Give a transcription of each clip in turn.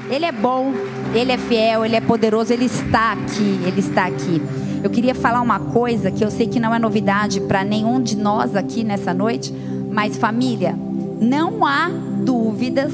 Ele é bom, Ele é fiel, Ele é poderoso, Ele está aqui, Ele está aqui. Eu queria falar uma coisa que eu sei que não é novidade para nenhum de nós aqui nessa noite, mas família, não há dúvidas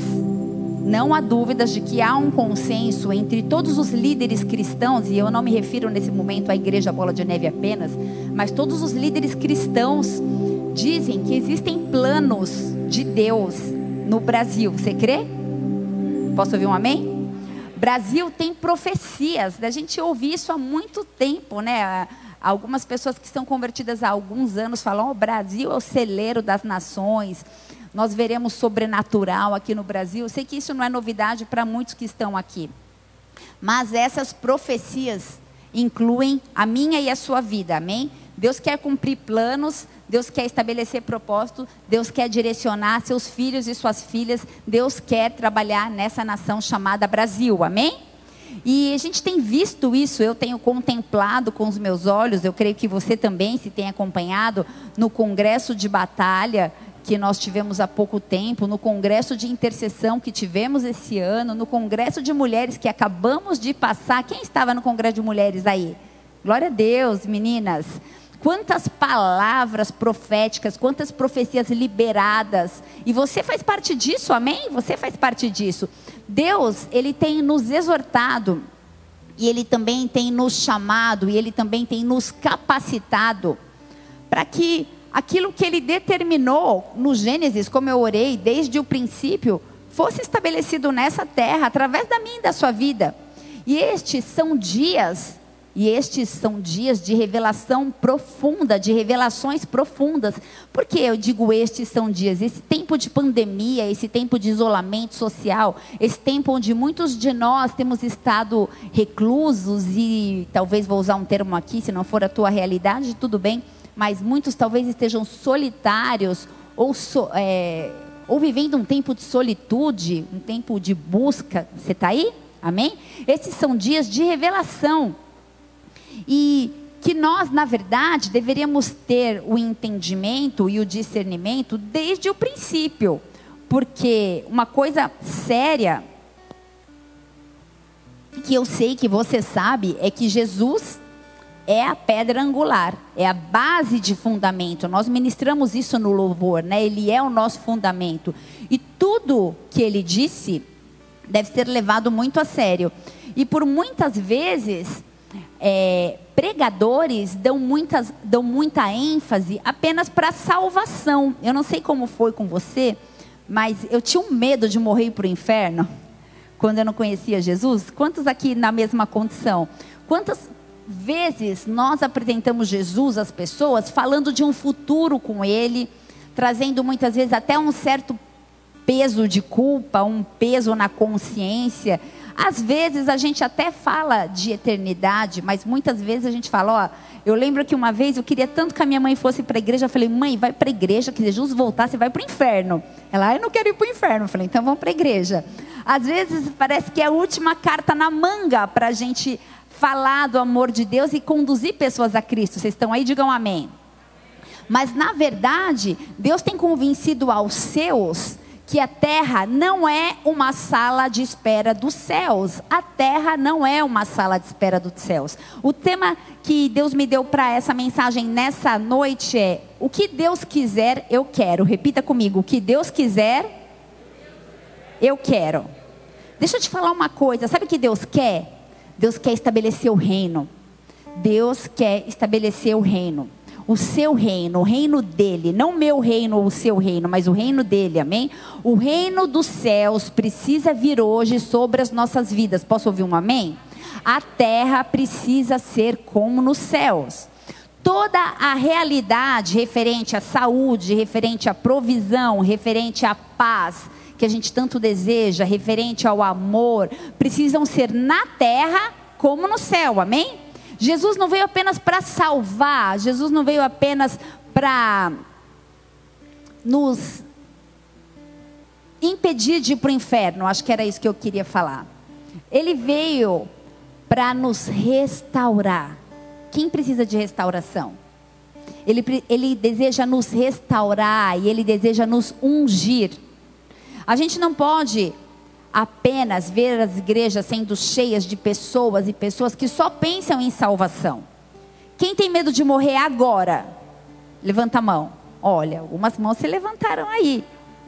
de que há um consenso entre todos os líderes cristãos, e eu não me refiro nesse momento à Igreja Bola de Neve apenas, mas todos os líderes cristãos dizem que existem planos de Deus no Brasil. Você crê? Posso ouvir um amém? Brasil tem profecias, a gente ouve isso há muito tempo, né? Algumas pessoas que estão convertidas há alguns anos falam: o Brasil é o celeiro das nações, nós veremos sobrenatural aqui no Brasil. Eu sei que isso não é novidade para muitos que estão aqui, mas essas profecias incluem a minha e a sua vida, amém? Deus quer cumprir planos, Deus quer estabelecer propósito, Deus quer direcionar seus filhos e suas filhas, Deus quer trabalhar nessa nação chamada Brasil, amém? E a gente tem visto isso, eu tenho contemplado com os meus olhos, eu creio que você também, se tem acompanhado, no congresso de batalha que nós tivemos há pouco tempo, no congresso de intercessão que tivemos esse ano, no congresso de mulheres que acabamos de passar. Quem estava no congresso de mulheres aí? Glória a Deus, meninas. Quantas palavras proféticas, quantas profecias liberadas. E você faz parte disso, amém? Você faz parte disso. Deus, Ele tem nos exortado, e Ele também tem nos chamado, e Ele também tem nos capacitado, para que aquilo que Ele determinou no Gênesis, como eu orei desde o princípio, fosse estabelecido nessa terra, através da minha e da sua vida. E estes são dias de revelação profunda, de revelações profundas. Por que eu digo estes são dias? Esse tempo de pandemia, esse tempo de isolamento social, esse tempo onde muitos de nós temos estado reclusos e, talvez vou usar um termo aqui, se não for a tua realidade, tudo bem, mas muitos talvez estejam solitários ou vivendo um tempo de solitude, um tempo de busca. Você está aí? Amém? Esses são dias de revelação. E que nós, na verdade, deveríamos ter o entendimento e o discernimento desde o princípio. Porque uma coisa séria, que eu sei que você sabe, é que Jesus é a pedra angular, é a base de fundamento. Nós ministramos isso no louvor, né? Ele é o nosso fundamento. E tudo que Ele disse deve ser levado muito a sério. E por muitas vezes... pregadores dão muita ênfase apenas para a salvação. Eu não sei como foi com você, mas eu tinha um medo de morrer para o inferno quando eu não conhecia Jesus. Quantos aqui na mesma condição? Quantas vezes nós apresentamos Jesus às pessoas falando de um futuro com Ele, trazendo muitas vezes até um certo peso de culpa, um peso na consciência. Às vezes a gente até fala de eternidade, mas muitas vezes a gente fala, eu lembro que uma vez eu queria tanto que a minha mãe fosse para a igreja. Eu falei: mãe, vai para a igreja, que Jesus voltar, você vai para o inferno. Ela: eu não quero ir para o inferno. Eu falei: então vamos para a igreja. Às vezes parece que é a última carta na manga para a gente falar do amor de Deus e conduzir pessoas a Cristo. Vocês estão aí? Digam amém. Mas na verdade, Deus tem convencido aos seus que a terra não é uma sala de espera dos céus. A terra não é uma sala de espera dos céus. O tema que Deus me deu para essa mensagem nessa noite é: o que Deus quiser, eu quero. Repita comigo: o que Deus quiser, eu quero. Deixa eu te falar uma coisa. Sabe o que Deus quer? Deus quer estabelecer o reino. Deus quer estabelecer o reino. O seu reino, o reino dele, não meu reino ou o seu reino, mas o reino dele, amém? O reino dos céus precisa vir hoje sobre as nossas vidas. Posso ouvir um amém? A terra precisa ser como nos céus. Toda a realidade referente à saúde, referente à provisão, referente à paz, que a gente tanto deseja, referente ao amor, precisam ser na terra como no céu, amém? Jesus não veio apenas para salvar, Jesus não veio apenas para nos impedir de ir para o inferno. Acho que era isso que eu queria falar. Ele veio para nos restaurar. Quem precisa de restauração? Ele deseja nos restaurar e Ele deseja nos ungir. A gente não pode apenas ver as igrejas sendo cheias de pessoas e pessoas que só pensam em salvação. Quem tem medo de morrer agora? Levanta a mão. Olha, algumas mãos se levantaram aí.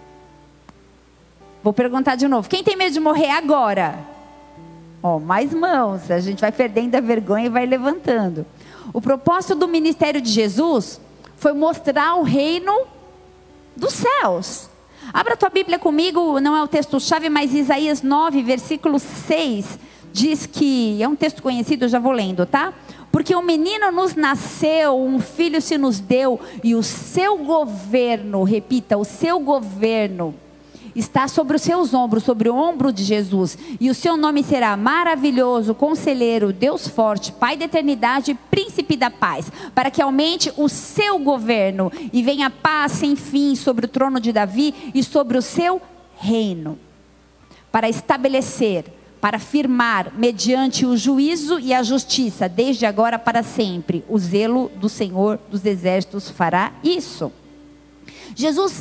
Vou perguntar de novo. Quem tem medo de morrer agora? Ó, mais mãos. A gente vai perdendo a vergonha e vai levantando. O propósito do ministério de Jesus foi mostrar o reino dos céus. Abra a tua Bíblia comigo, não é o texto-chave, mas Isaías 9, versículo 6, diz que, é um texto conhecido, eu já vou lendo, tá? Porque um menino nos nasceu, um filho se nos deu, e o seu governo, repita, o seu governo está sobre os seus ombros, sobre o ombro de Jesus. E o seu nome será maravilhoso, conselheiro, Deus forte, Pai da eternidade, príncipe da paz. Para que aumente o seu governo e venha paz sem fim sobre o trono de Davi e sobre o seu reino. Para estabelecer, para firmar, mediante o juízo e a justiça, desde agora para sempre. O zelo do Senhor dos exércitos fará isso. Jesus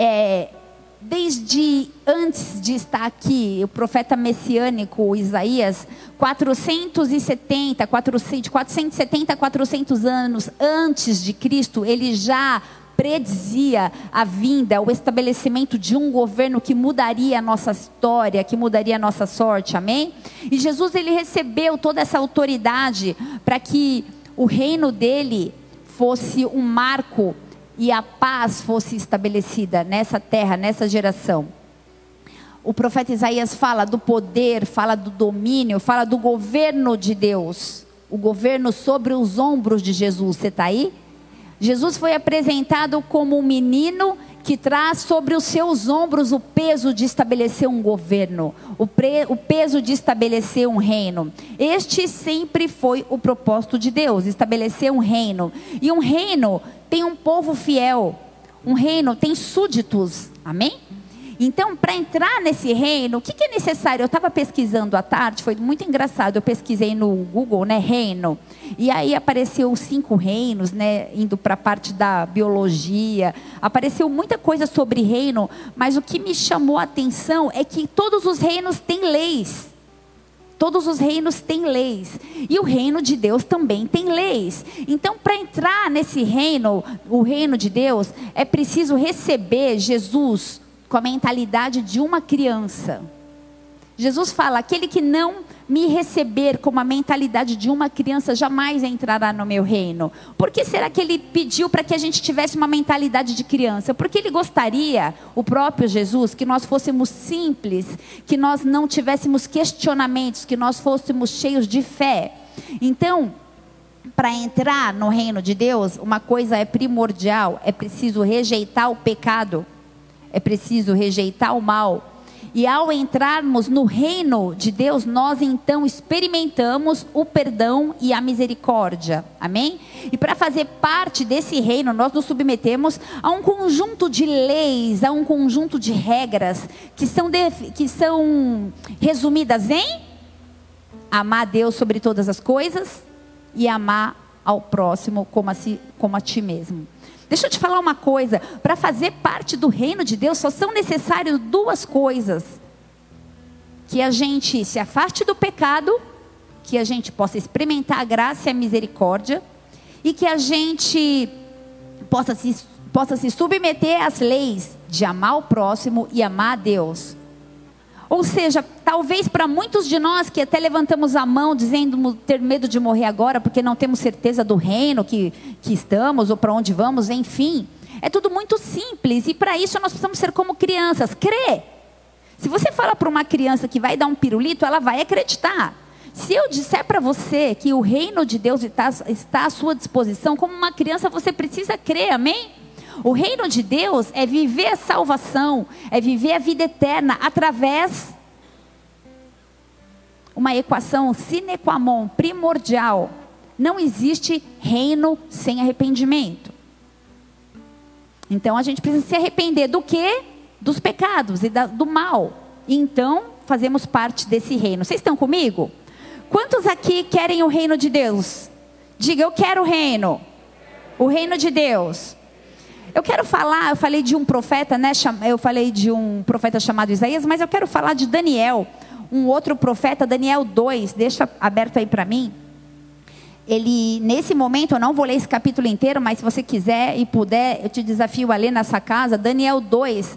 desde antes de estar aqui, o profeta messiânico Isaías, 470 a 400 anos antes de Cristo, ele já predizia a vinda, o estabelecimento de um governo que mudaria a nossa história, que mudaria a nossa sorte, amém? E Jesus, ele recebeu toda essa autoridade para que o reino dele fosse um marco e a paz fosse estabelecida nessa terra, nessa geração. O profeta Isaías fala do poder, fala do domínio, fala do governo de Deus. O governo sobre os ombros de Jesus. Você está aí? Jesus foi apresentado como um menino que traz sobre os seus ombros o peso de estabelecer um governo, o peso de estabelecer um reino. Este sempre foi o propósito de Deus, estabelecer um reino. E um reino tem um povo fiel, um reino tem súditos, amém? Então, para entrar nesse reino, o que é necessário? Eu estava pesquisando à tarde, foi muito engraçado, eu pesquisei no Google, né, reino, e aí apareceu os 5 reinos, né, indo para a parte da biologia, apareceu muita coisa sobre reino, mas o que me chamou a atenção é que todos os reinos têm leis. Todos os reinos têm leis, e o reino de Deus também tem leis. Então, para entrar nesse reino, o reino de Deus, é preciso receber Jesus com a mentalidade de uma criança. Jesus fala, aquele que não me receber com a mentalidade de uma criança, jamais entrará no meu reino. Por que será que ele pediu para que a gente tivesse uma mentalidade de criança? Porque ele gostaria, o próprio Jesus, que nós fôssemos simples, que nós não tivéssemos questionamentos, que nós fôssemos cheios de fé. Então, para entrar no reino de Deus, uma coisa é primordial, é preciso rejeitar o pecado. É preciso rejeitar o mal. E ao entrarmos no reino de Deus, nós então experimentamos o perdão e a misericórdia. Amém? E para fazer parte desse reino, nós nos submetemos a um conjunto de leis, a um conjunto de regras, que são resumidas em amar a Deus sobre todas as coisas e amar ao próximo como a ti mesmo. Deixa eu te falar uma coisa, para fazer parte do reino de Deus só são necessárias 2 coisas. Que a gente se afaste do pecado, que a gente possa experimentar a graça e a misericórdia, e que a gente possa se submeter às leis de amar o próximo e amar a Deus. Ou seja, talvez para muitos de nós que até levantamos a mão dizendo ter medo de morrer agora porque não temos certeza do reino que estamos ou para onde vamos, enfim. É tudo muito simples e para isso nós precisamos ser como crianças, crer. Se você fala para uma criança que vai dar um pirulito, ela vai acreditar. Se eu disser para você que o reino de Deus está à sua disposição, como uma criança você precisa crer, amém? O reino de Deus é viver a salvação, é viver a vida eterna através uma equação sine qua non, primordial. Não existe reino sem arrependimento. Então a gente precisa se arrepender do quê? Dos pecados e do mal. E então fazemos parte desse reino. Vocês estão comigo? Quantos aqui querem o reino de Deus? Diga, eu quero o reino de Deus. Eu quero falar, eu falei de um profeta, né? Eu falei de um profeta chamado Isaías, mas eu quero falar de Daniel, um outro profeta, Daniel 2, deixa aberto aí para mim. Ele, nesse momento, eu não vou ler esse capítulo inteiro, mas se você quiser e puder, eu te desafio a ler nessa casa. Daniel 2,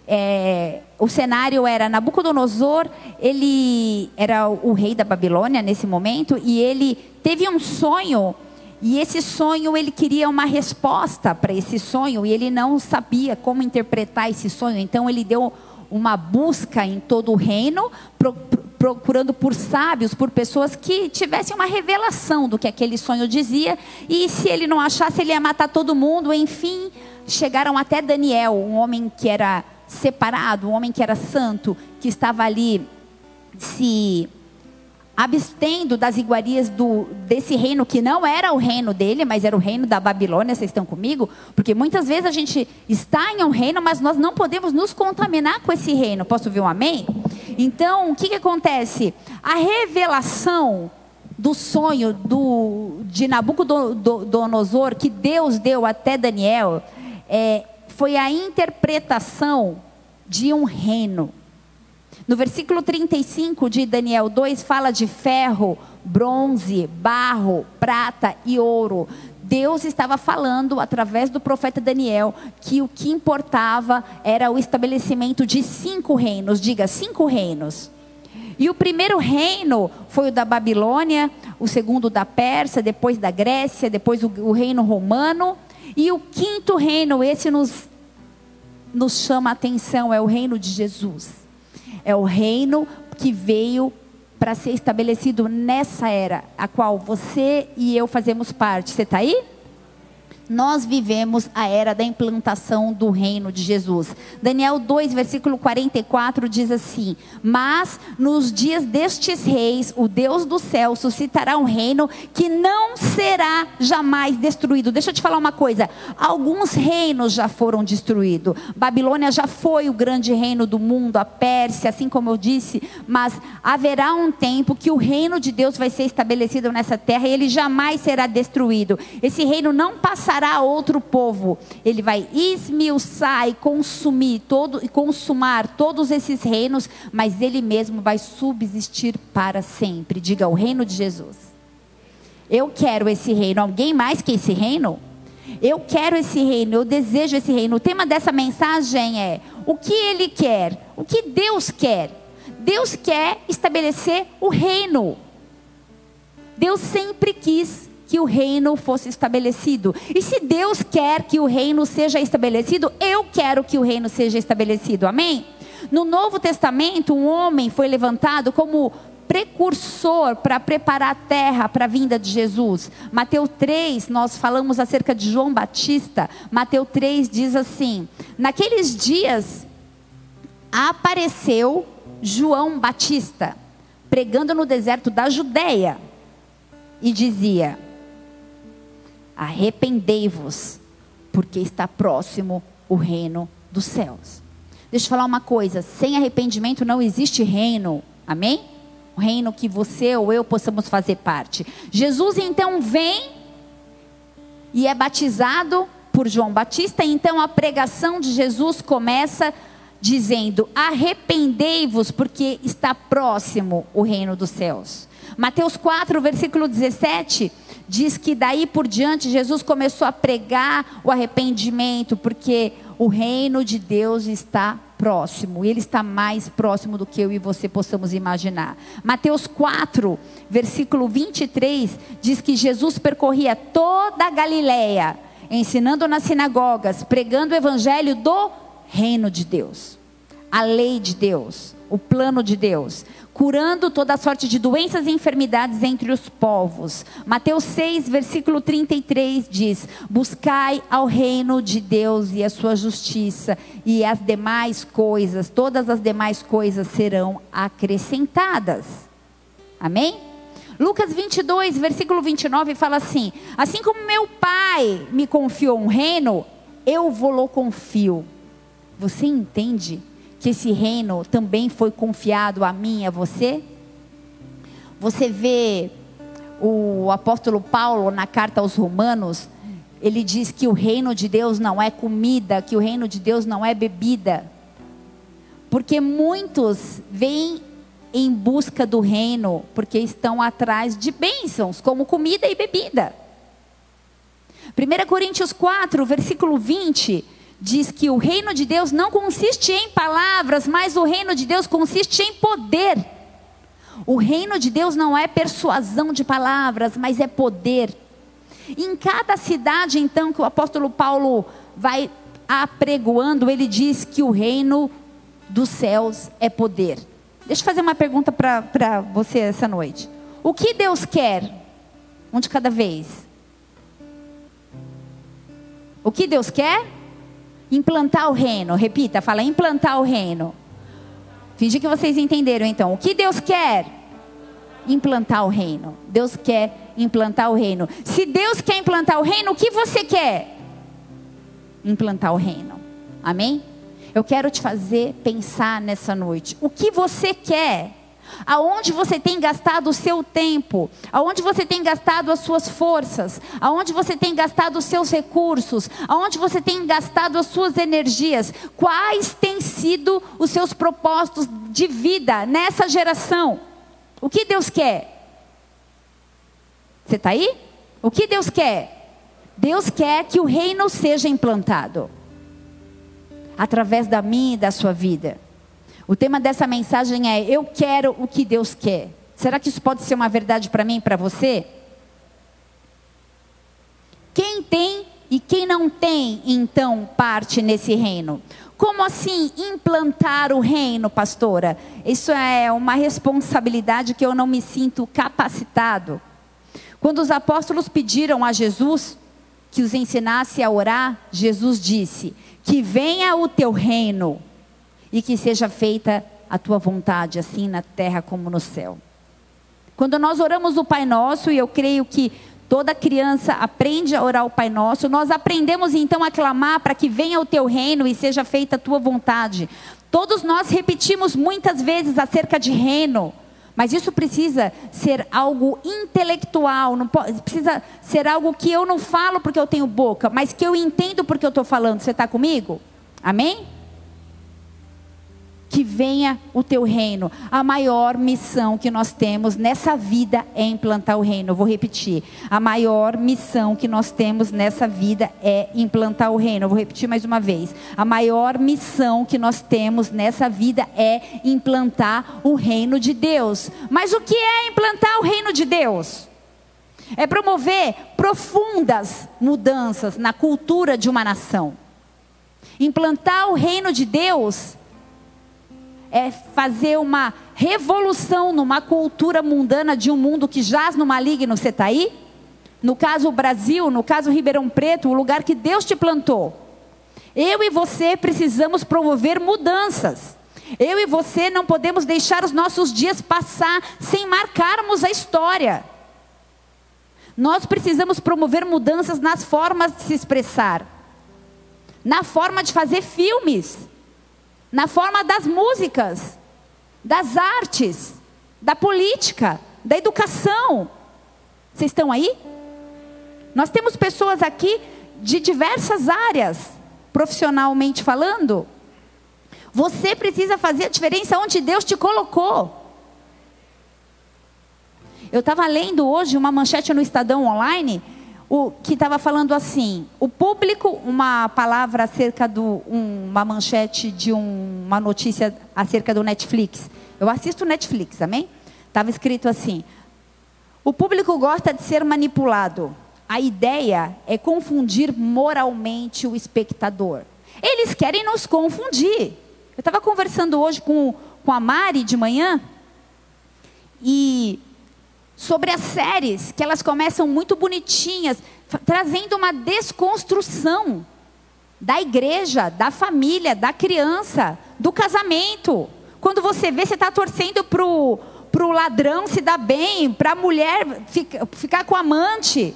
o cenário era Nabucodonosor, ele era o rei da Babilônia nesse momento, e ele teve um sonho, e esse sonho ele queria uma resposta para esse sonho, e ele não sabia como interpretar esse sonho, então ele deu uma busca em todo o reino, procurando por sábios, por pessoas que tivessem uma revelação do que aquele sonho dizia, e se ele não achasse, ele ia matar todo mundo. Enfim, chegaram até Daniel, um homem que era separado, um homem que era santo, que estava ali se abstendo das iguarias desse reino, que não era o reino dele, mas era o reino da Babilônia. Vocês estão comigo? Porque muitas vezes a gente está em um reino, mas nós não podemos nos contaminar com esse reino. Posso ouvir um amém? Então, o que acontece? A revelação do sonho de Nabucodonosor, que Deus deu até Daniel, foi a interpretação de um reino. No versículo 35 de Daniel 2, fala de ferro, bronze, barro, prata e ouro. Deus estava falando através do profeta Daniel que o que importava era o estabelecimento de 5 reinos. Diga, 5 reinos. E o primeiro reino foi o da Babilônia, o segundo da Pérsia, depois da Grécia, depois o reino romano. E o 5º reino, esse nos chama a atenção, é o reino de Jesus. É o reino que veio para ser estabelecido nessa era, a qual você e eu fazemos parte. Você está aí? Nós vivemos a era da implantação do reino de Jesus. Daniel 2, versículo 44 diz assim: mas nos dias destes reis, o Deus do céu suscitará um reino que não será jamais destruído. Deixa eu te falar uma coisa, alguns reinos já foram destruídos. Babilônia já foi o grande reino do mundo, a Pérsia, assim como eu disse, mas haverá um tempo que o reino de Deus vai ser estabelecido nessa terra e ele jamais será destruído. Esse reino não passará a outro povo, ele vai esmiuçar e consumar todos esses reinos, mas ele mesmo vai subsistir para sempre. Diga, o reino de Jesus. Eu quero esse reino. Alguém mais quer esse reino? Eu quero esse reino, eu desejo esse reino. O tema dessa mensagem é: o que ele quer? O que Deus quer? Deus quer estabelecer o reino. Deus sempre quis que o reino fosse estabelecido. E se Deus quer que o reino seja estabelecido, eu quero que o reino seja estabelecido. Amém? No Novo Testamento, um homem foi levantado como precursor para preparar a terra para a vinda de Jesus. Mateus 3, nós falamos acerca de João Batista. Mateus 3 diz assim: naqueles dias apareceu João Batista, pregando no deserto da Judeia, e dizia: arrependei-vos, porque está próximo o reino dos céus. Deixa eu falar uma coisa, sem arrependimento não existe reino, amém? O reino que você ou eu possamos fazer parte. Jesus então vem e é batizado por João Batista, então a pregação de Jesus começa dizendo: arrependei-vos, porque está próximo o reino dos céus. Mateus 4, versículo 17, diz que daí por diante Jesus começou a pregar o arrependimento, porque o reino de Deus está próximo, ele está mais próximo do que eu e você possamos imaginar. Mateus 4, versículo 23, diz que Jesus percorria toda a Galileia, ensinando nas sinagogas, pregando o evangelho do reino de Deus, a lei de Deus, o plano de Deus, curando toda sorte de doenças e enfermidades entre os povos. Mateus 6, versículo 33 diz: buscai ao reino de Deus e a sua justiça, e as demais coisas, todas as demais coisas serão acrescentadas. Amém? Lucas 22, versículo 29 fala assim: assim como meu pai me confiou um reino, eu vou-lo confio. Você entende que esse reino também foi confiado a mim e a você? Você vê o apóstolo Paulo na carta aos Romanos, ele diz que o reino de Deus não é comida, que o reino de Deus não é bebida. Porque muitos vêm em busca do reino, porque estão atrás de bênçãos, como comida e bebida. 1 Coríntios 4, versículo 20, diz que o reino de Deus não consiste em palavras, mas o reino de Deus consiste em poder. O reino de Deus não é persuasão de palavras, mas é poder. Em cada cidade, então, que o apóstolo Paulo vai apregoando, ele diz que o reino dos céus é poder. Deixa eu fazer uma pergunta para você essa noite. O que Deus quer? Um de cada vez. O que Deus quer? Implantar o reino. Repita, fala, implantar o reino. Finge que vocês entenderam então. O que Deus quer? Implantar o reino. Deus quer implantar o reino. Se Deus quer implantar o reino, o que você quer? Implantar o reino. Amém? Eu quero te fazer pensar nessa noite. O que você quer? Aonde você tem gastado o seu tempo? Aonde você tem gastado as suas forças? Aonde você tem gastado os seus recursos? Aonde você tem gastado as suas energias? Quais têm sido os seus propósitos de vida nessa geração? O que Deus quer? Você está aí? O que Deus quer? Deus quer que o reino seja implantado através da minha e da sua vida. O tema dessa mensagem é: eu quero o que Deus quer. Será que isso pode ser uma verdade para mim e para você? Quem tem e quem não tem, então, parte nesse reino? Como assim implantar o reino, pastora? Isso é uma responsabilidade que eu não me sinto capacitado. Quando os apóstolos pediram a Jesus que os ensinasse a orar, Jesus disse: que venha o teu reino e que seja feita a tua vontade, assim na terra como no céu. Quando nós oramos o Pai Nosso, e eu creio que toda criança aprende a orar o Pai Nosso, nós aprendemos então a clamar para que venha o teu reino e seja feita a tua vontade. Todos nós repetimos muitas vezes acerca de reino, mas isso precisa ser algo intelectual, não precisa ser algo que eu não falo porque eu tenho boca, mas que eu entendo porque eu estou falando. Você está comigo? Amém? Que venha o teu reino. A maior missão que nós temos nessa vida é implantar o reino. Eu vou repetir. A maior missão que nós temos nessa vida é implantar o reino. Eu vou repetir mais uma vez. A maior missão que nós temos nessa vida é implantar o reino de Deus. Mas o que é implantar o reino de Deus? É promover profundas mudanças na cultura de uma nação. Implantar o reino de Deus é fazer uma revolução numa cultura mundana de um mundo que jaz no maligno. Você está aí? No caso o Brasil, no caso Ribeirão Preto, o lugar que Deus te plantou. Eu e você precisamos promover mudanças. Eu e você não podemos deixar os nossos dias passar sem marcarmos a história. Nós precisamos promover mudanças nas formas de se expressar, na forma de fazer filmes, na forma das músicas, das artes, da política, da educação. Vocês estão aí? Nós temos pessoas aqui de diversas áreas, profissionalmente falando. Você precisa fazer a diferença onde Deus te colocou. Eu estava lendo hoje uma manchete no Estadão Online, que estava falando assim: o público, uma palavra acerca uma manchete de uma notícia acerca do Netflix. Eu assisto Netflix, amém? Estava escrito assim: o público gosta de ser manipulado. A ideia é confundir moralmente o espectador. Eles querem nos confundir. Eu estava conversando hoje com a Mari de manhã, e sobre as séries, que elas começam muito bonitinhas, trazendo uma desconstrução da igreja, da família, da criança, do casamento. Quando você vê, você está torcendo para o ladrão se dar bem, para a mulher ficar com o amante.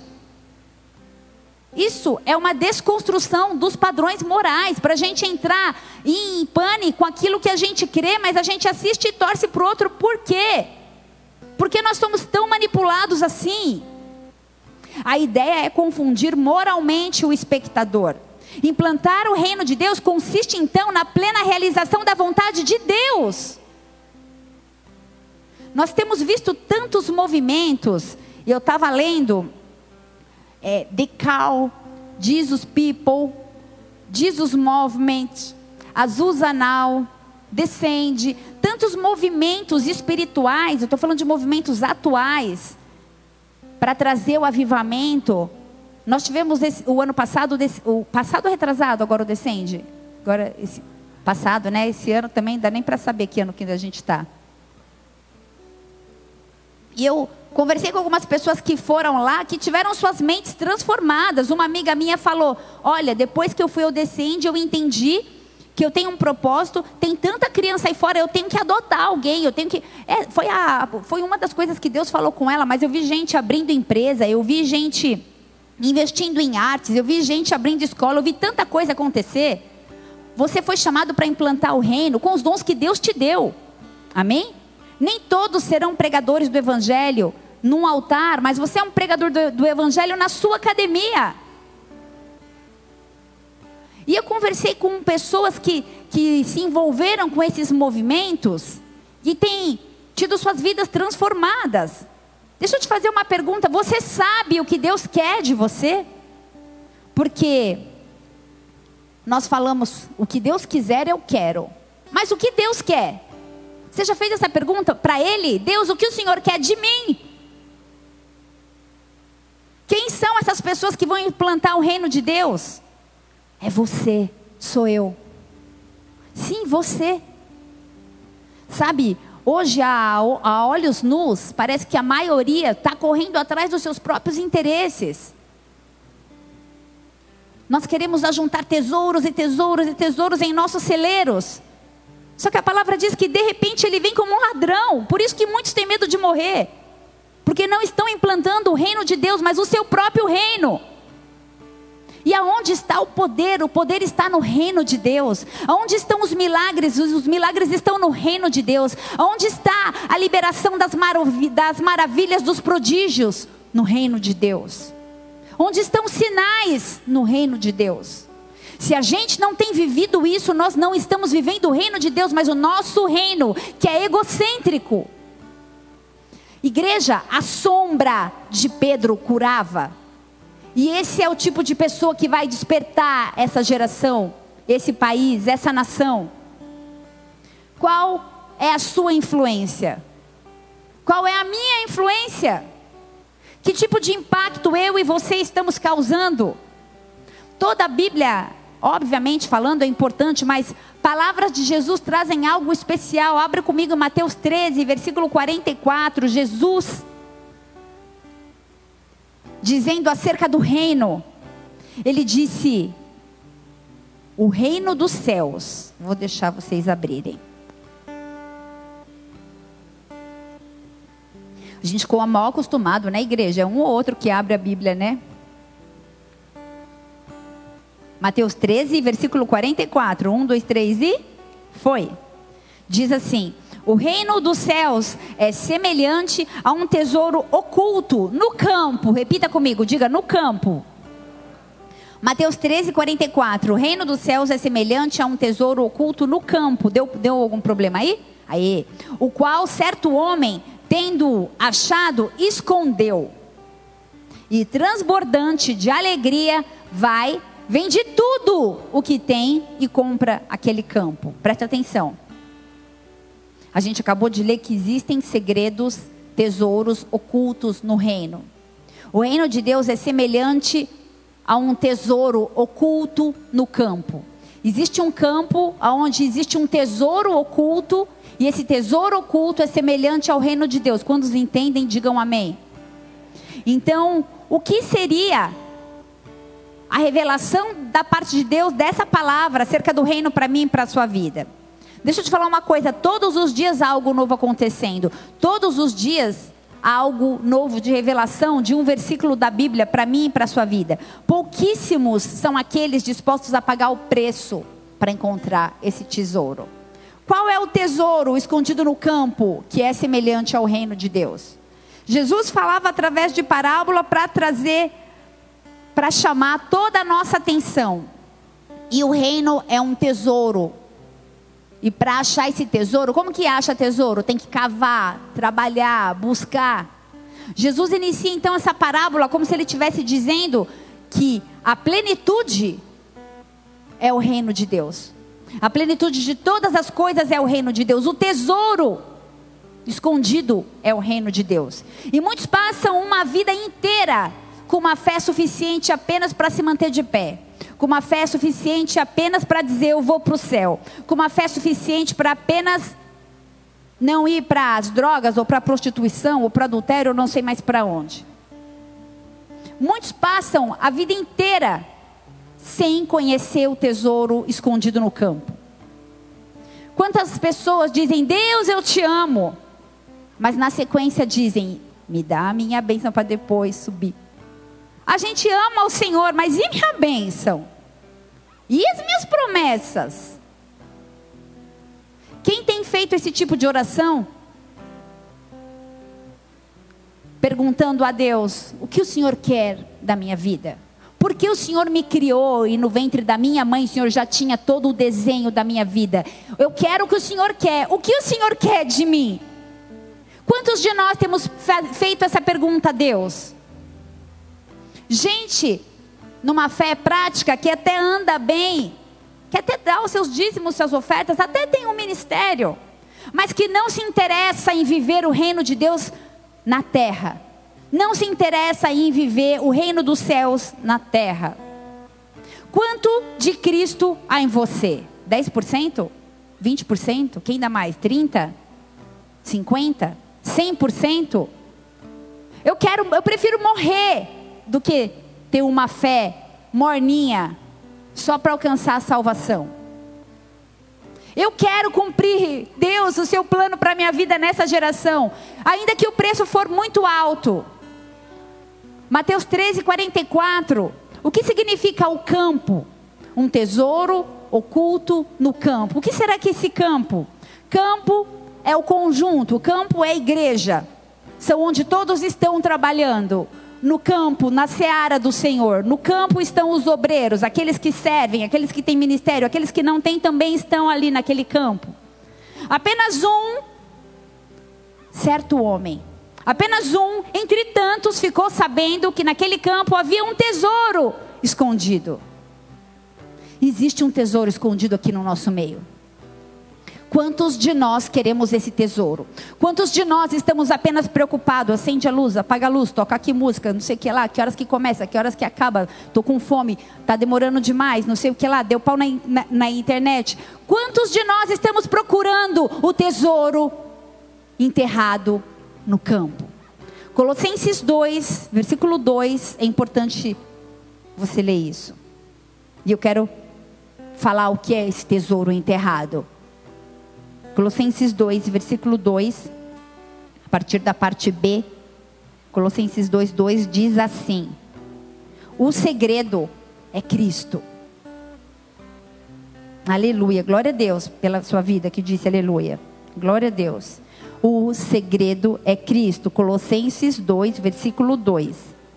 Isso é uma desconstrução dos padrões morais, para a gente entrar em pânico com aquilo que a gente crê, mas a gente assiste e torce para o outro. Por quê? Porque nós somos tão manipulados assim. A ideia é confundir moralmente o espectador. Implantar o reino de Deus consiste então na plena realização da vontade de Deus. Nós temos visto tantos movimentos. Eu estava lendo The Call, Jesus People, Jesus Movement, Azusa Now, Descende, tantos movimentos espirituais. Eu estou falando de movimentos atuais para trazer o avivamento. Nós tivemos o ano passado, o passado retrasado, agora o Descende. Agora, esse passado, né? Esse ano também não dá nem para saber que ano que a gente está. E eu conversei com algumas pessoas que foram lá, que tiveram suas mentes transformadas. Uma amiga minha falou: olha, depois que eu fui ao Descende, eu entendi que eu tenho um propósito. Tem tanta criança aí fora, eu tenho que adotar alguém. Eu tenho que... Foi uma das coisas que Deus falou com ela. Mas eu vi gente abrindo empresa, eu vi gente investindo em artes, eu vi gente abrindo escola, eu vi tanta coisa acontecer. Você foi chamado para implantar o reino com os dons que Deus te deu. Amém? Nem todos serão pregadores do evangelho num altar, mas você é um pregador do evangelho na sua academia. E eu conversei com pessoas que se envolveram com esses movimentos e têm tido suas vidas transformadas. Deixa eu te fazer uma pergunta: você sabe o que Deus quer de você? Porque nós falamos, o que Deus quiser eu quero. Mas o que Deus quer? Você já fez essa pergunta para Ele? Deus, o que o Senhor quer de mim? Quem são essas pessoas que vão implantar o reino de Deus? É você, sou eu. Sim, você. Sabe, hoje a olhos nus, parece que a maioria está correndo atrás dos seus próprios interesses. Nós queremos ajuntar tesouros e tesouros e tesouros em nossos celeiros. Só que a palavra diz que de repente ele vem como um ladrão. Por isso que muitos têm medo de morrer. Porque não estão implantando o reino de Deus, mas o seu próprio reino. E aonde está o poder? O poder está no reino de Deus. Aonde estão os milagres? Os milagres estão no reino de Deus. Aonde está a liberação das maravilhas, dos prodígios? No reino de Deus. Onde estão os sinais? No reino de Deus. Se a gente não tem vivido isso, nós não estamos vivendo o reino de Deus, mas o nosso reino, que é egocêntrico. Igreja, a sombra de Pedro curava. E esse é o tipo de pessoa que vai despertar essa geração, esse país, essa nação. Qual é a sua influência? Qual é a minha influência? Que tipo de impacto eu e você estamos causando? Toda a Bíblia, obviamente falando, é importante, mas palavras de Jesus trazem algo especial. Abre comigo Mateus 13, versículo 44. Jesus dizendo acerca do reino, ele disse: o reino dos céus. Vou deixar vocês abrirem. A gente ficou mal acostumado, né, igreja? É um ou outro que abre a Bíblia, né? Mateus 13, versículo 44. 1, 2, 3 e foi. Diz assim: o reino dos céus é semelhante a um tesouro oculto no campo. Repita comigo, diga: no campo. Mateus 13, 44. O reino dos céus é semelhante a um tesouro oculto no campo. Deu algum problema aí? Aí. O qual certo homem, tendo achado, escondeu. E transbordante de alegria, vende tudo o que tem e compra aquele campo. Preste atenção. A gente acabou de ler que existem segredos, tesouros ocultos no reino. O reino de Deus é semelhante a um tesouro oculto no campo. Existe um campo onde existe um tesouro oculto, e esse tesouro oculto é semelhante ao reino de Deus. Quantos entendem, digam amém. Então, o que seria a revelação da parte de Deus dessa palavra acerca do reino para mim e para a sua vida? Deixa eu te falar uma coisa: todos os dias há algo novo acontecendo. Todos os dias há algo novo de revelação de um versículo da Bíblia para mim e para a sua vida. Pouquíssimos são aqueles dispostos a pagar o preço para encontrar esse tesouro. Qual é o tesouro escondido no campo que é semelhante ao reino de Deus? Jesus falava através de parábola para chamar toda a nossa atenção. E o reino é um tesouro. E para achar esse tesouro, como que acha tesouro? Tem que cavar, trabalhar, buscar. Jesus inicia então essa parábola como se ele estivesse dizendo que a plenitude é o reino de Deus. A plenitude de todas as coisas é o reino de Deus. O tesouro escondido é o reino de Deus. E muitos passam uma vida inteira com uma fé suficiente apenas para se manter de pé. Com uma fé suficiente apenas para dizer eu vou para o céu. Com uma fé suficiente para apenas não ir para as drogas, ou para a prostituição, ou para adultério, ou não sei mais para onde. Muitos passam a vida inteira sem conhecer o tesouro escondido no campo. Quantas pessoas dizem, Deus eu te amo, mas na sequência dizem, me dá a minha bênção para depois subir. A gente ama o Senhor, mas e minha bênção? E as minhas promessas? Quem tem feito esse tipo de oração? Perguntando a Deus, o que o Senhor quer da minha vida? Porque o Senhor me criou e no ventre da minha mãe o Senhor já tinha todo o desenho da minha vida. Eu quero o que o Senhor quer. O que o Senhor quer de mim? Quantos de nós temos feito essa pergunta a Deus? Gente, numa fé prática, que até anda bem, que até dá os seus dízimos, suas ofertas, até tem um ministério, mas que não se interessa em viver o reino de Deus na terra. Não se interessa em viver o reino dos céus na terra. Quanto de Cristo há em você? 10%? 20%? Quem dá mais? 30%? 50%? 100%? Eu prefiro morrer do que ter uma fé morninha só para alcançar a salvação. Eu quero cumprir, Deus, o seu plano para a minha vida nessa geração, ainda que o preço for muito alto. Mateus 13:44. O que significa o campo? Um tesouro oculto no campo. O que será que esse campo? Campo é o conjunto, o campo é a igreja. São onde todos estão trabalhando. No campo, na seara do Senhor. No campo estão os obreiros, aqueles que servem, aqueles que têm ministério, aqueles que não têm também estão ali naquele campo. Apenas um certo homem, apenas um entre tantos ficou sabendo que naquele campo havia um tesouro escondido. Existe um tesouro escondido aqui no nosso meio. Quantos de nós queremos esse tesouro? Quantos de nós estamos apenas preocupados? Acende a luz, apaga a luz, toca aqui música, não sei o que lá, que horas que começa, que horas que acaba, estou com fome, está demorando demais, não sei o que lá, deu pau na internet. Quantos de nós estamos procurando o tesouro enterrado no campo? Colossenses 2, versículo 2, é importante você ler isso. E eu quero falar o que é esse tesouro enterrado. Colossenses 2, versículo 2, a partir da parte B, Colossenses 2, 2 diz assim: o segredo é Cristo. Aleluia, glória a Deus pela sua vida que disse aleluia. Glória a Deus. O segredo é Cristo. Colossenses 2, versículo 2.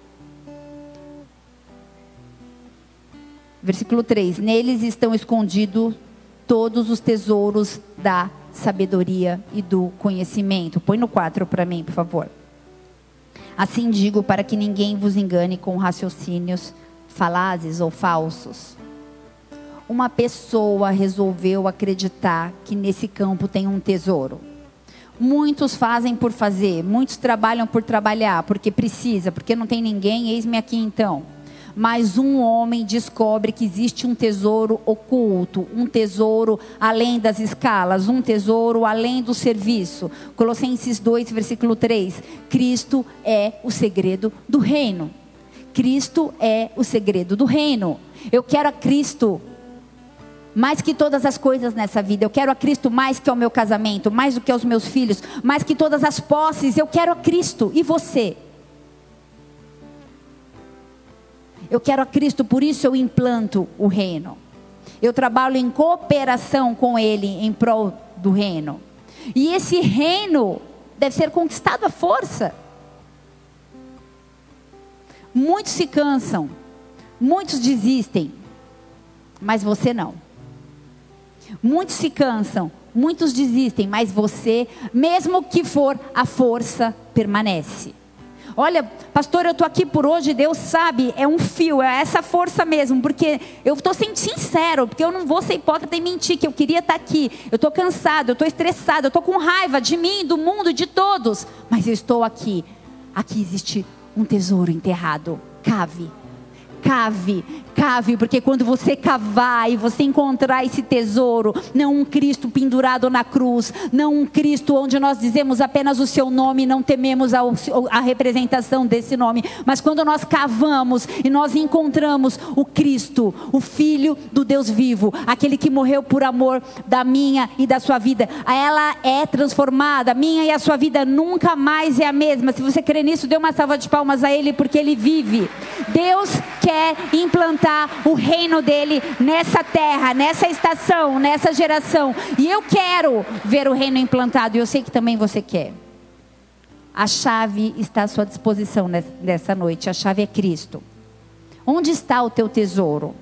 Versículo 3. Neles estão escondidos todos os tesouros da sabedoria e do conhecimento. Põe no 4 para mim, por favor. Assim digo, para que ninguém vos engane com raciocínios falazes ou falsos. Uma pessoa resolveu acreditar que nesse campo tem um tesouro. Muitos fazem por fazer, muitos trabalham por trabalhar, porque precisa, porque não tem ninguém, eis-me aqui então. Mas um homem descobre que existe um tesouro oculto, um tesouro além das escalas, um tesouro além do serviço. Colossenses 2, versículo 3. Cristo é o segredo do reino. Cristo é o segredo do reino. Eu quero a Cristo mais que todas as coisas nessa vida. Eu quero a Cristo mais que ao meu casamento, mais do que aos meus filhos, mais que todas as posses. Eu quero a Cristo. E você? Eu quero a Cristo, por isso eu implanto o reino. Eu trabalho em cooperação com Ele em prol do reino. E esse reino deve ser conquistado à força. Muitos se cansam, muitos desistem, mas você não. Muitos se cansam, muitos desistem, mas você, mesmo que for a força, permanece. Olha, pastor, eu estou aqui por hoje, Deus sabe, é um fio, é essa força mesmo, porque eu estou sendo sincero, porque eu não vou ser hipócrita e mentir, que eu queria estar aqui, eu estou cansado, eu estou estressado, eu estou com raiva de mim, do mundo, de todos, mas eu estou aqui. Aqui existe um tesouro enterrado. Cave, porque quando você cavar e você encontrar esse tesouro, não um Cristo pendurado na cruz, não um Cristo onde nós dizemos apenas o seu nome, não tememos a representação desse nome, mas quando nós cavamos e nós encontramos o Cristo, o Filho do Deus vivo, aquele que morreu por amor da minha e da sua vida, ela é transformada, a minha e a sua vida nunca mais é a mesma. Se você crê nisso, dê uma salva de palmas a Ele, porque Ele vive. Deus quer implantar o reino dele nessa terra, nessa estação, nessa geração. E eu quero ver o reino implantado. E eu sei que também você quer. A chave está à sua disposição nessa noite. A chave é Cristo. Onde está o teu tesouro?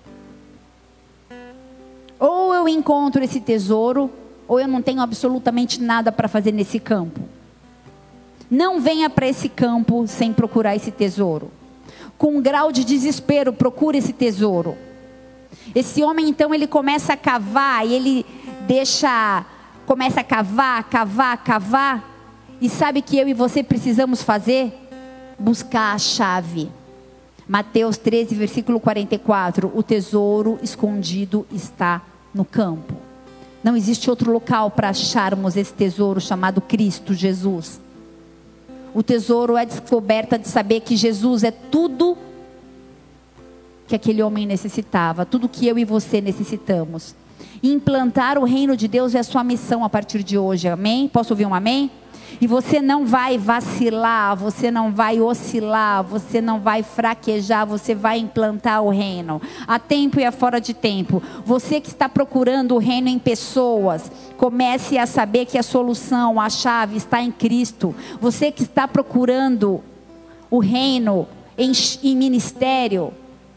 Ou eu encontro esse tesouro, ou eu não tenho absolutamente nada para fazer nesse campo. Não venha para esse campo sem procurar esse tesouro. Com um grau de desespero, procura esse tesouro. Esse homem então, ele começa a cavar, e ele começa a cavar, e sabe que eu e você precisamos fazer? Buscar a chave. Mateus 13, versículo 44, o tesouro escondido está no campo. Não existe outro local para acharmos esse tesouro chamado Cristo Jesus. O tesouro é a descoberta de saber que Jesus é tudo que aquele homem necessitava, tudo que eu e você necessitamos. E implantar o reino de Deus é a sua missão a partir de hoje, amém? Posso ouvir um amém? E você não vai vacilar, você não vai oscilar, você não vai fraquejar, você vai implantar o reino, a tempo e a fora de tempo. Você que está procurando o reino em pessoas, comece a saber que a solução, a chave está em Cristo. Você que está procurando o reino em ministério,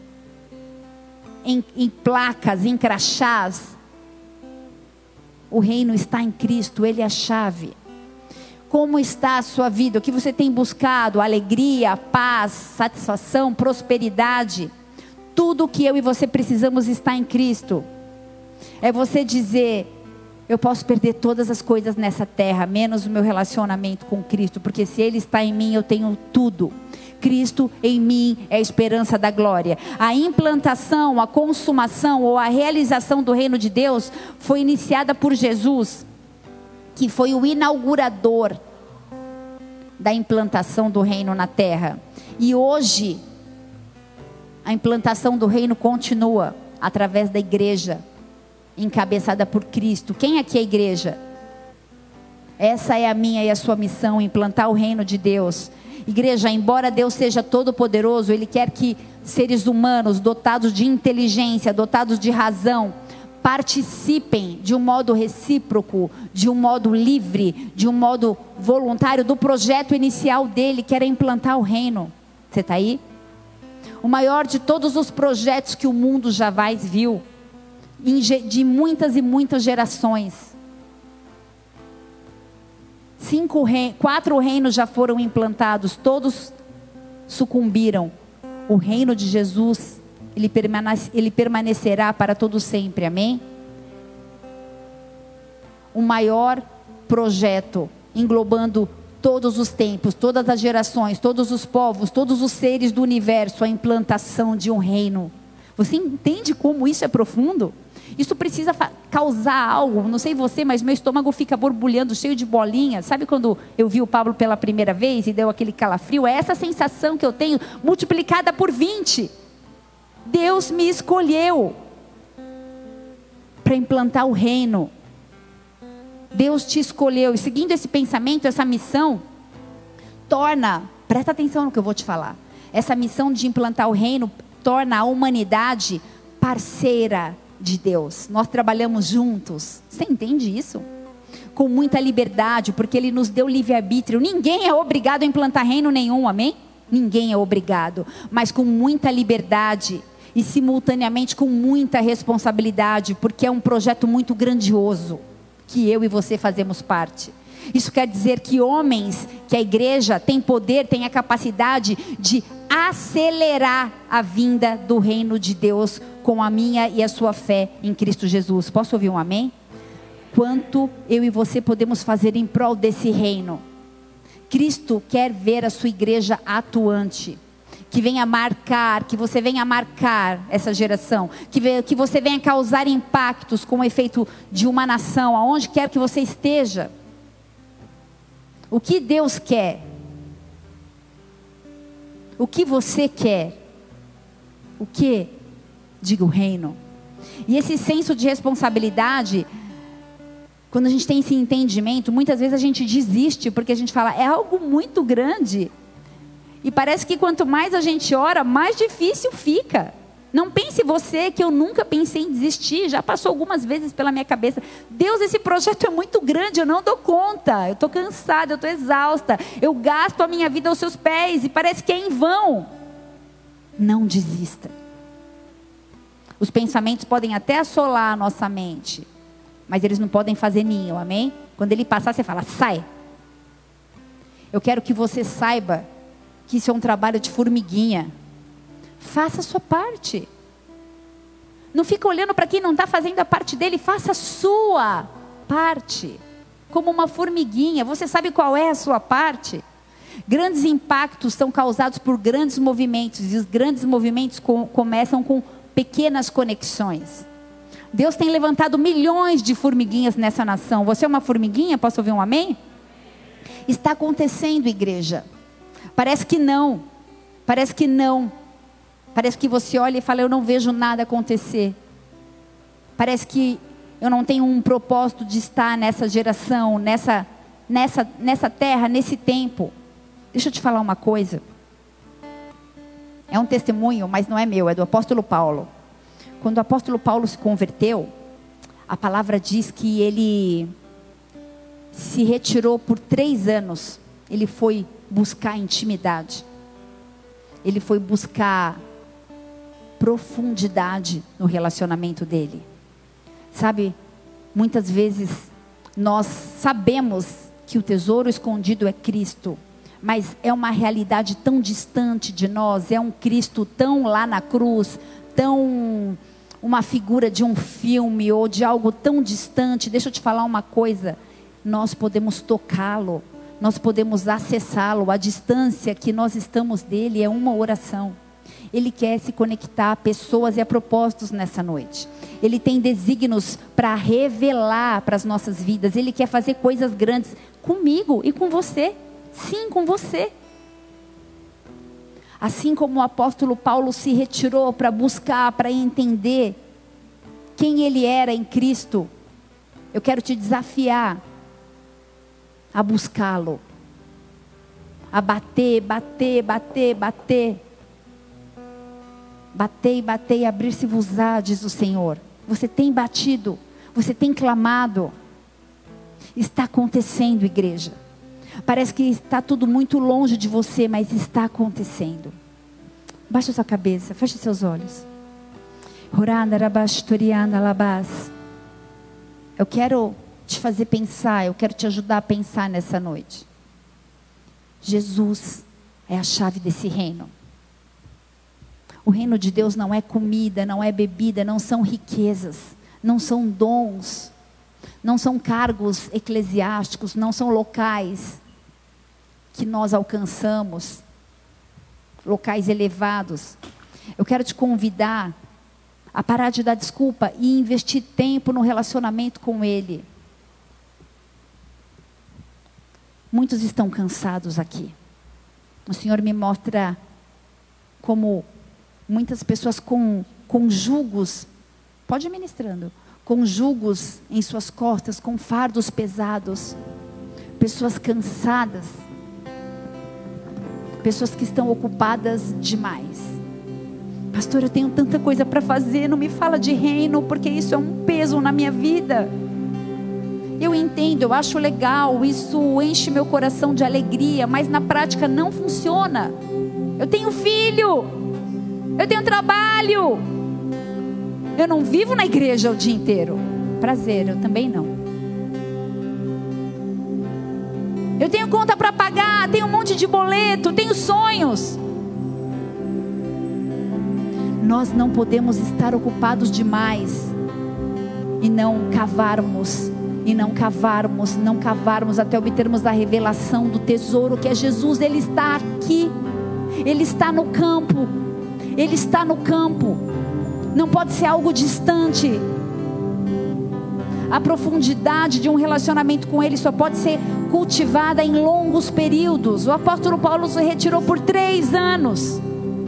em placas, em crachás, o reino está em Cristo, Ele é a chave. Como está a sua vida? O que você tem buscado? Alegria, paz, satisfação, prosperidade. Tudo o que eu e você precisamos está em Cristo. É você dizer: eu posso perder todas as coisas nessa terra, menos o meu relacionamento com Cristo, porque se Ele está em mim, eu tenho tudo. Cristo em mim é a esperança da glória. A implantação, a consumação ou a realização do reino de Deus foi iniciada por Jesus, que foi o inaugurador da implantação do reino na terra. E hoje, a implantação do reino continua através da igreja, encabeçada por Cristo. Quem aqui é a igreja? Essa é a minha e a sua missão, implantar o reino de Deus. Igreja, embora Deus seja todo poderoso, Ele quer que seres humanos dotados de inteligência, dotados de razão, participem de um modo recíproco, de um modo livre, de um modo voluntário do projeto inicial dele, que era implantar o reino. Você está aí? O maior de todos os projetos que o mundo jamais viu, de muitas e muitas gerações. 4 reinos já foram implantados, todos sucumbiram. O reino de Jesus, ele permanecerá para todo sempre, amém? O maior projeto, englobando todos os tempos, todas as gerações, todos os povos, todos os seres do universo, a implantação de um reino. Você entende como isso é profundo? Isso precisa causar algo, não sei você, mas meu estômago fica borbulhando, cheio de bolinhas. Sabe quando eu vi o Pablo pela primeira vez e deu aquele calafrio? É essa sensação que eu tenho, multiplicada por 20. Deus me escolheu para implantar o reino. Deus te escolheu. E seguindo esse pensamento, essa missão, presta atenção no que eu vou te falar. Essa missão de implantar o reino torna a humanidade parceira de Deus. Nós trabalhamos juntos. Você entende isso? Com muita liberdade, porque Ele nos deu livre-arbítrio. Ninguém é obrigado a implantar reino nenhum, amém? Ninguém é obrigado, mas com muita liberdade e simultaneamente com muita responsabilidade, porque é um projeto muito grandioso que eu e você fazemos parte. Isso quer dizer que homens, que a igreja tem poder, tem a capacidade de acelerar a vinda do reino de Deus com a minha e a sua fé em Cristo Jesus. Posso ouvir um amém? Quanto eu e você podemos fazer em prol desse reino? Cristo quer ver a sua igreja atuante, que venha marcar, que você venha marcar essa geração, que você venha causar impactos com o efeito de uma nação, aonde quer que você esteja. O que Deus quer? O que você quer? O que? Diga o reino. E esse senso de responsabilidade, quando a gente tem esse entendimento, muitas vezes a gente desiste, porque a gente fala, é algo muito grande. E parece que quanto mais a gente ora, mais difícil fica. Não pense você que eu nunca pensei em desistir, já passou algumas vezes pela minha cabeça. Deus, esse projeto é muito grande, eu não dou conta, eu estou cansada, eu estou exausta, eu gasto a minha vida aos seus pés e parece que é em vão. Não desista. Os pensamentos podem até assolar a nossa mente, mas eles não podem fazer ninho, amém? Quando ele passar, você fala, sai. Eu quero que você saiba que isso é um trabalho de formiguinha. Faça a sua parte. Não fica olhando para quem não está fazendo a parte dele. Faça a sua parte. Como uma formiguinha. Você sabe qual é a sua parte? Grandes impactos são causados por grandes movimentos. E os grandes movimentos começam com pequenas conexões. Deus tem levantado milhões de formiguinhas nessa nação. Você é uma formiguinha? Posso ouvir um amém? Está acontecendo, igreja. Parece que não. Parece que não. Parece que você olha e fala, eu não vejo nada acontecer. Parece que eu não tenho um propósito de estar nessa geração, nessa terra, nesse tempo. Deixa eu te falar uma coisa. É um testemunho, mas não é meu, é do apóstolo Paulo. Quando o apóstolo Paulo se converteu, a palavra diz que ele se retirou por 3 anos. Ele foi buscar intimidade. Ele foi buscar profundidade no relacionamento dele. Sabe, muitas vezes nós sabemos que o tesouro escondido é Cristo, mas é uma realidade tão distante de nós, é um Cristo tão lá na cruz, tão uma figura de um filme ou de algo tão distante. Deixa eu te falar uma coisa, nós podemos tocá-lo, nós podemos acessá-lo. A distância que nós estamos dele é uma oração. Ele quer se conectar a pessoas e a propósitos nessa noite. Ele tem desígnios para revelar para as nossas vidas. Ele quer fazer coisas grandes comigo e com você. Sim, com você. Assim como o apóstolo Paulo se retirou para buscar, para entender quem ele era em Cristo, eu quero te desafiar a buscá-lo, a bater, bater, bater, bater. Batei, batei, abrir-se-vos-á, diz o Senhor. Você tem batido, você tem clamado. Está acontecendo, igreja. Parece que está tudo muito longe de você, mas está acontecendo. Baixa sua cabeça, feche seus olhos. Eu quero te fazer pensar, eu quero te ajudar a pensar nessa noite. Jesus é a chave desse reino. O reino de Deus não é comida, não é bebida, não são riquezas, não são dons, não são cargos eclesiásticos, não são locais que nós alcançamos, locais elevados. Eu quero te convidar a parar de dar desculpa e investir tempo no relacionamento com Ele. Muitos estão cansados aqui. O Senhor me mostra como muitas pessoas com jugos, pode ir ministrando, com jugos em suas costas, com fardos pesados, pessoas cansadas, pessoas que estão ocupadas demais. Pastor, eu tenho tanta coisa para fazer, não me fala de reino, porque isso é um peso na minha vida. Eu entendo, eu acho legal, isso enche meu coração de alegria, mas na prática não funciona. eu tenho filho, eu tenho trabalho, eu não vivo na igreja o dia inteiro. Prazer, eu também não. Eu tenho conta para pagar, tenho um monte de boleto, tenho sonhos. Nós não podemos estar ocupados demais e não cavarmos até obtermos a revelação do tesouro que é Jesus. Ele está aqui, Ele está no campo, Ele está no campo. Não pode ser algo distante. A profundidade de um relacionamento com Ele só pode ser cultivada em longos períodos. O apóstolo Paulo se retirou por 3 anos.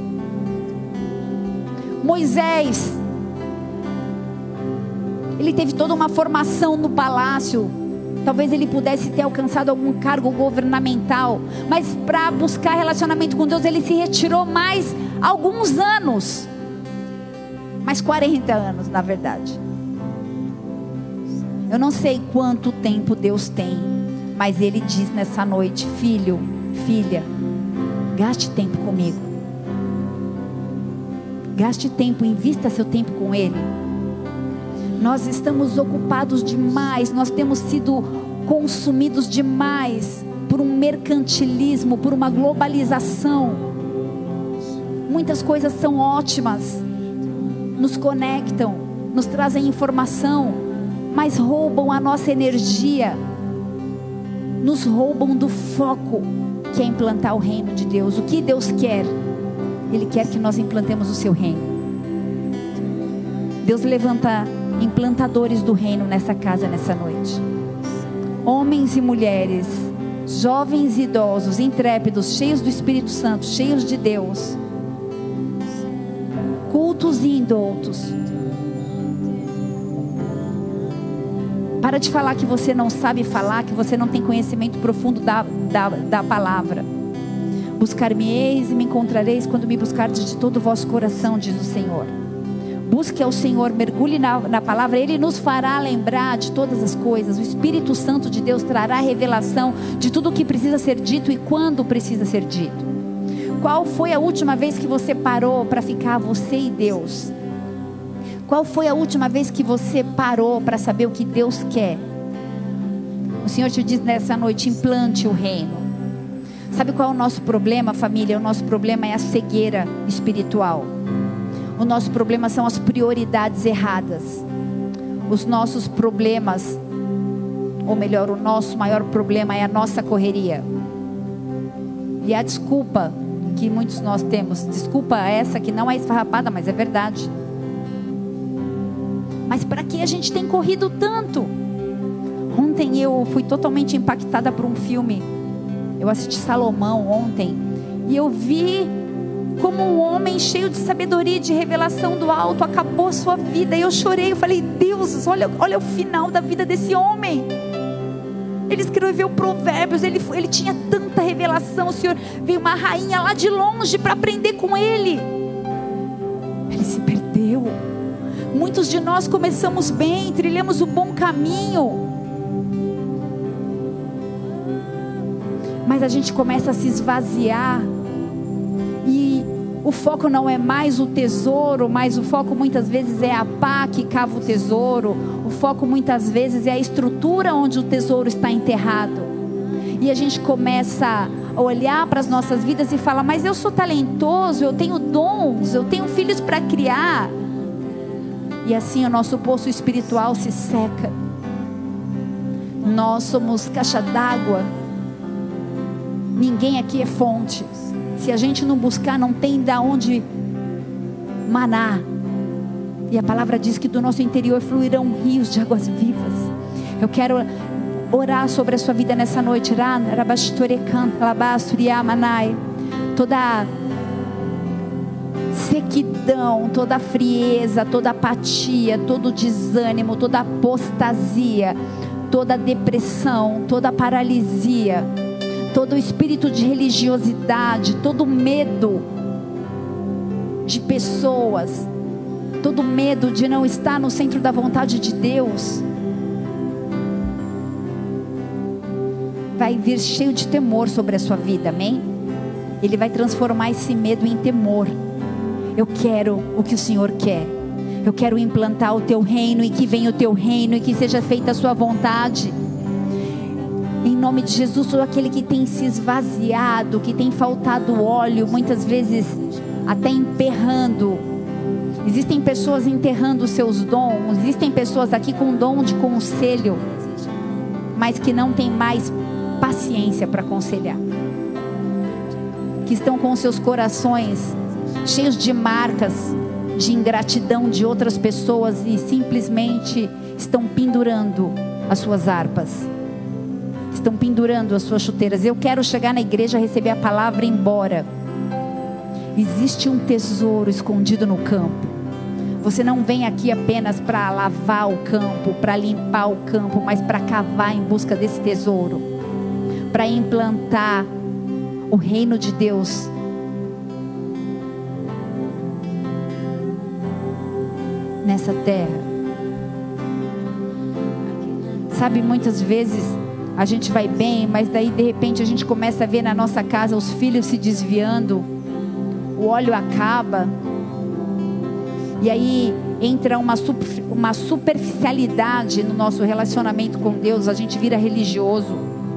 Moisés, ele teve toda uma formação no palácio. Talvez ele pudesse ter alcançado algum cargo governamental, mas para buscar relacionamento com Deus, ele se retirou mais alguns anos, mais 40 anos na verdade. Eu não sei quanto tempo Deus tem, mas Ele diz nessa noite: filho, filha, gaste tempo comigo. Gaste tempo, invista seu tempo com Ele. Nós estamos ocupados demais, nós temos sido consumidos demais por um mercantilismo, por uma globalização. Muitas coisas são ótimas, nos conectam, nos trazem informação, mas roubam a nossa energia, nos roubam do foco que é implantar o reino de Deus. O que Deus quer? Ele quer que nós implantemos o seu reino. Deus levanta implantadores do reino nessa casa, nessa noite. Homens e mulheres, jovens e idosos, intrépidos, cheios do Espírito Santo, cheios de Deus, cultos e indoutos. Para de falar que você não sabe falar, que você não tem conhecimento profundo da palavra. Buscar-me-eis e me encontrareis quando me buscardes de todo o vosso coração, diz o Senhor. Busque ao Senhor, mergulhe na palavra, Ele nos fará lembrar de todas as coisas. O Espírito Santo de Deus trará revelação de tudo o que precisa ser dito e quando precisa ser dito. Qual foi a última vez que você parou para ficar você e Deus? Qual foi a última vez que você parou para saber o que Deus quer? O Senhor te diz nessa noite: implante o reino. Sabe qual é o nosso problema, família? O nosso problema é a cegueira espiritual. O nosso problema são as prioridades erradas. Os nossos problemas, ou melhor, o nosso maior problema é a nossa correria. E a desculpa que muitos de nós temos, desculpa essa que não é esfarrapada, mas é verdade. Mas para que a gente tem corrido tanto? Ontem eu fui totalmente impactada por um filme. Eu assisti Salomão ontem, e eu vi como um homem cheio de sabedoria e de revelação do alto acabou a sua vida. E eu chorei, eu falei: Deus, olha o final da vida desse homem. Ele escreveu Provérbios, ele tinha tanta revelação. O Senhor veio uma rainha lá de longe para aprender com ele. Ele se perdeu. Muitos de nós começamos bem, trilhamos o bom caminho, mas a gente começa a se esvaziar, e o foco não é mais o tesouro, mas o foco muitas vezes é a pá que cava o tesouro. O foco muitas vezes é a estrutura onde o tesouro está enterrado. E a gente começa a olhar para as nossas vidas e falar: mas eu sou talentoso, eu tenho dons, eu tenho filhos para criar. E assim o nosso poço espiritual se seca. Nós somos caixa d'água. Ninguém aqui é fonte. Se a gente não buscar, não tem de onde manar. E a palavra diz que do nosso interior fluirão rios de águas vivas. Eu quero orar sobre a sua vida nessa noite. Toda sequidão, toda frieza, toda apatia, todo desânimo, toda apostasia, toda depressão, toda paralisia, todo espírito de religiosidade, todo medo de pessoas, todo medo de não estar no centro da vontade de Deus, vai vir cheio de temor sobre a sua vida, amém? Ele vai transformar esse medo em temor. Eu quero o que o Senhor quer. Eu quero implantar o teu reino, e que venha o teu reino, e que seja feita a sua vontade. Em nome de Jesus, todo aquele que tem se esvaziado, que tem faltado óleo, muitas vezes até emperrando. Existem pessoas enterrando os seus dons. Existem pessoas aqui com dom de conselho, mas que não tem mais paciência para aconselhar. Que estão com seus corações cheios de marcas de ingratidão de outras pessoas e simplesmente estão pendurando as suas harpas, estão pendurando as suas chuteiras. Eu quero chegar na igreja, receber a palavra e ir embora. Existe um tesouro escondido no campo. Você não vem aqui apenas para lavar o campo, para limpar o campo, mas para cavar em busca desse tesouro, para implantar o reino de Deus nessa terra. Sabe, muitas vezes a gente vai bem, mas daí de repente a gente começa a ver na nossa casa os filhos se desviando, o óleo acaba, e aí entra uma superficialidade no nosso relacionamento com Deus, a gente vira religioso.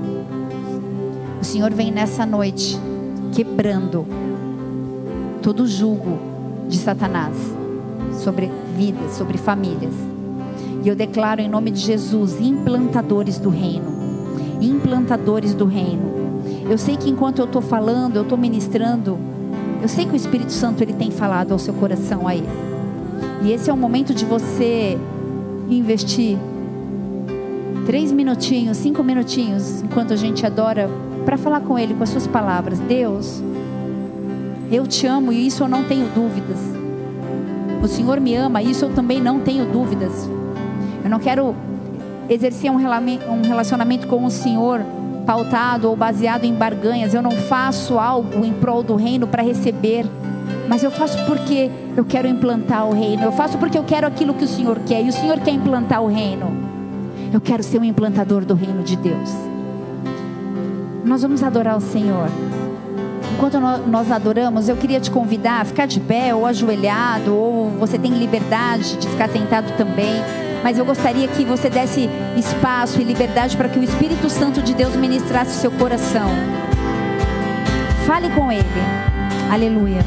O Senhor vem nessa noite quebrando todo o jugo de Satanás sobre vidas, sobre famílias. E eu declaro em nome de Jesus, implantadores do reino. Implantadores do reino. Eu sei que enquanto eu estou falando, eu estou ministrando, eu sei que o Espírito Santo ele tem falado ao seu coração aí. E esse é o momento de você investir 3 minutinhos, 5 minutinhos, enquanto a gente adora, para falar com Ele com as suas palavras. Deus, eu te amo e isso eu não tenho dúvidas. O Senhor me ama, isso eu também não tenho dúvidas. Eu não quero exercer um relacionamento com o Senhor pautado ou baseado em barganhas. Eu não faço algo em prol do reino para receber, mas eu faço porque eu quero implantar o reino. Eu faço porque eu quero aquilo que o Senhor quer, e o Senhor quer implantar o reino. Eu quero ser um implantador do reino de Deus. Nós vamos adorar o Senhor. Enquanto nós adoramos, eu queria te convidar a ficar de pé ou ajoelhado, ou você tem liberdade de ficar sentado também, mas eu gostaria que você desse espaço e liberdade para que o Espírito Santo de Deus ministrasse o seu coração. Fale com Ele. Aleluia.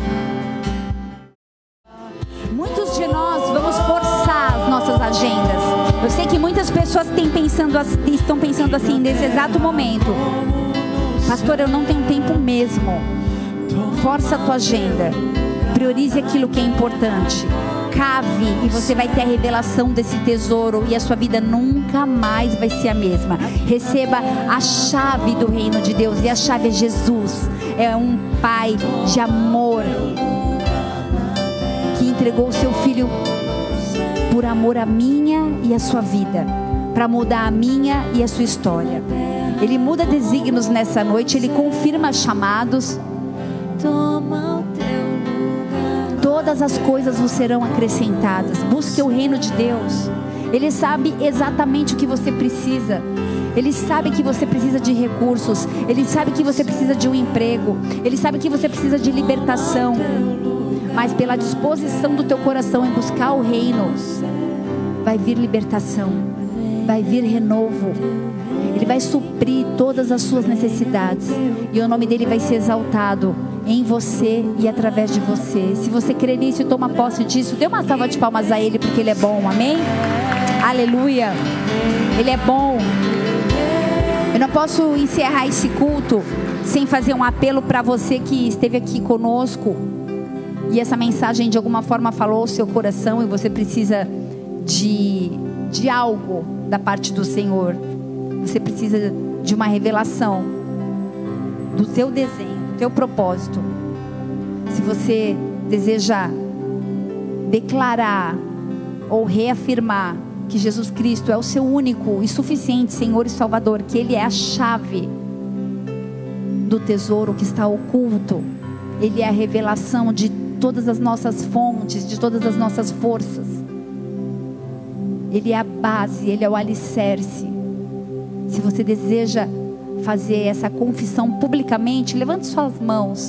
Muitos de nós vamos forçar as nossas agendas. Eu sei que muitas pessoas estão pensando assim nesse exato momento: pastor, eu não tenho tempo mesmo. Força a tua agenda. Priorize aquilo que é importante. Cave e você vai ter a revelação desse tesouro, e a sua vida nunca mais vai ser a mesma. Receba a chave do reino de Deus, e a chave é Jesus. É um Pai de amor que entregou o seu Filho por amor à minha e à sua vida, para mudar a minha e a sua história. Ele muda desígnios nessa noite, Ele confirma chamados. Todas as coisas vos serão acrescentadas. Busque o reino de Deus. Ele sabe exatamente o que você precisa. Ele sabe que você precisa de recursos. Ele sabe que você precisa de um emprego. Ele sabe que você precisa de libertação. Mas pela disposição do teu coração em buscar o reino, vai vir libertação, vai vir renovo. Ele vai suprir todas as suas necessidades, e o nome dele vai ser exaltado em você e através de você. Se você crê nisso e toma posse disso, dê uma salva de palmas a Ele, porque Ele é bom, amém? Aleluia, Ele é bom. Eu não posso encerrar esse culto sem fazer um apelo para você que esteve aqui conosco e essa mensagem de alguma forma falou ao seu coração, e você precisa de algo da parte do Senhor. Você precisa de uma revelação do seu desenho, do teu propósito. Se você deseja declarar ou reafirmar que Jesus Cristo é o seu único e suficiente Senhor e Salvador, que Ele é a chave do tesouro que está oculto, Ele é a revelação de todas as nossas fontes, de todas as nossas forças. Ele é a base, Ele é o alicerce. Se você deseja fazer essa confissão publicamente, levante suas mãos.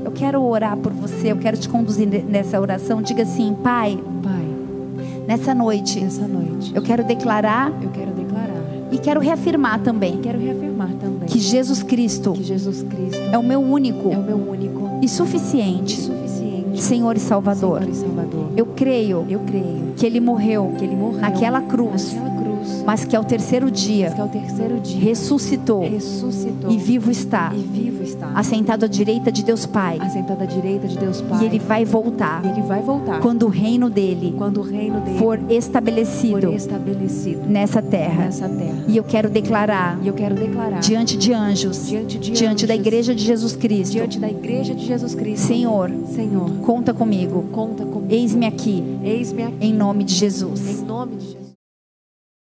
Eu quero orar por você, eu quero te conduzir nessa oração. Diga assim: Pai, nessa noite, eu quero declarar e quero reafirmar também que Jesus Cristo é o meu único e suficiente Senhor e Salvador. Eu creio que Ele morreu naquela cruz, mas que ao terceiro dia ressuscitou e vivo está, assentado à direita de Deus Pai. E Ele vai voltar quando o reino dele for estabelecido nessa terra. E eu quero declarar diante de anjos, diante da igreja de Jesus Cristo: Senhor, conta comigo. Eis-me aqui, em nome de Jesus.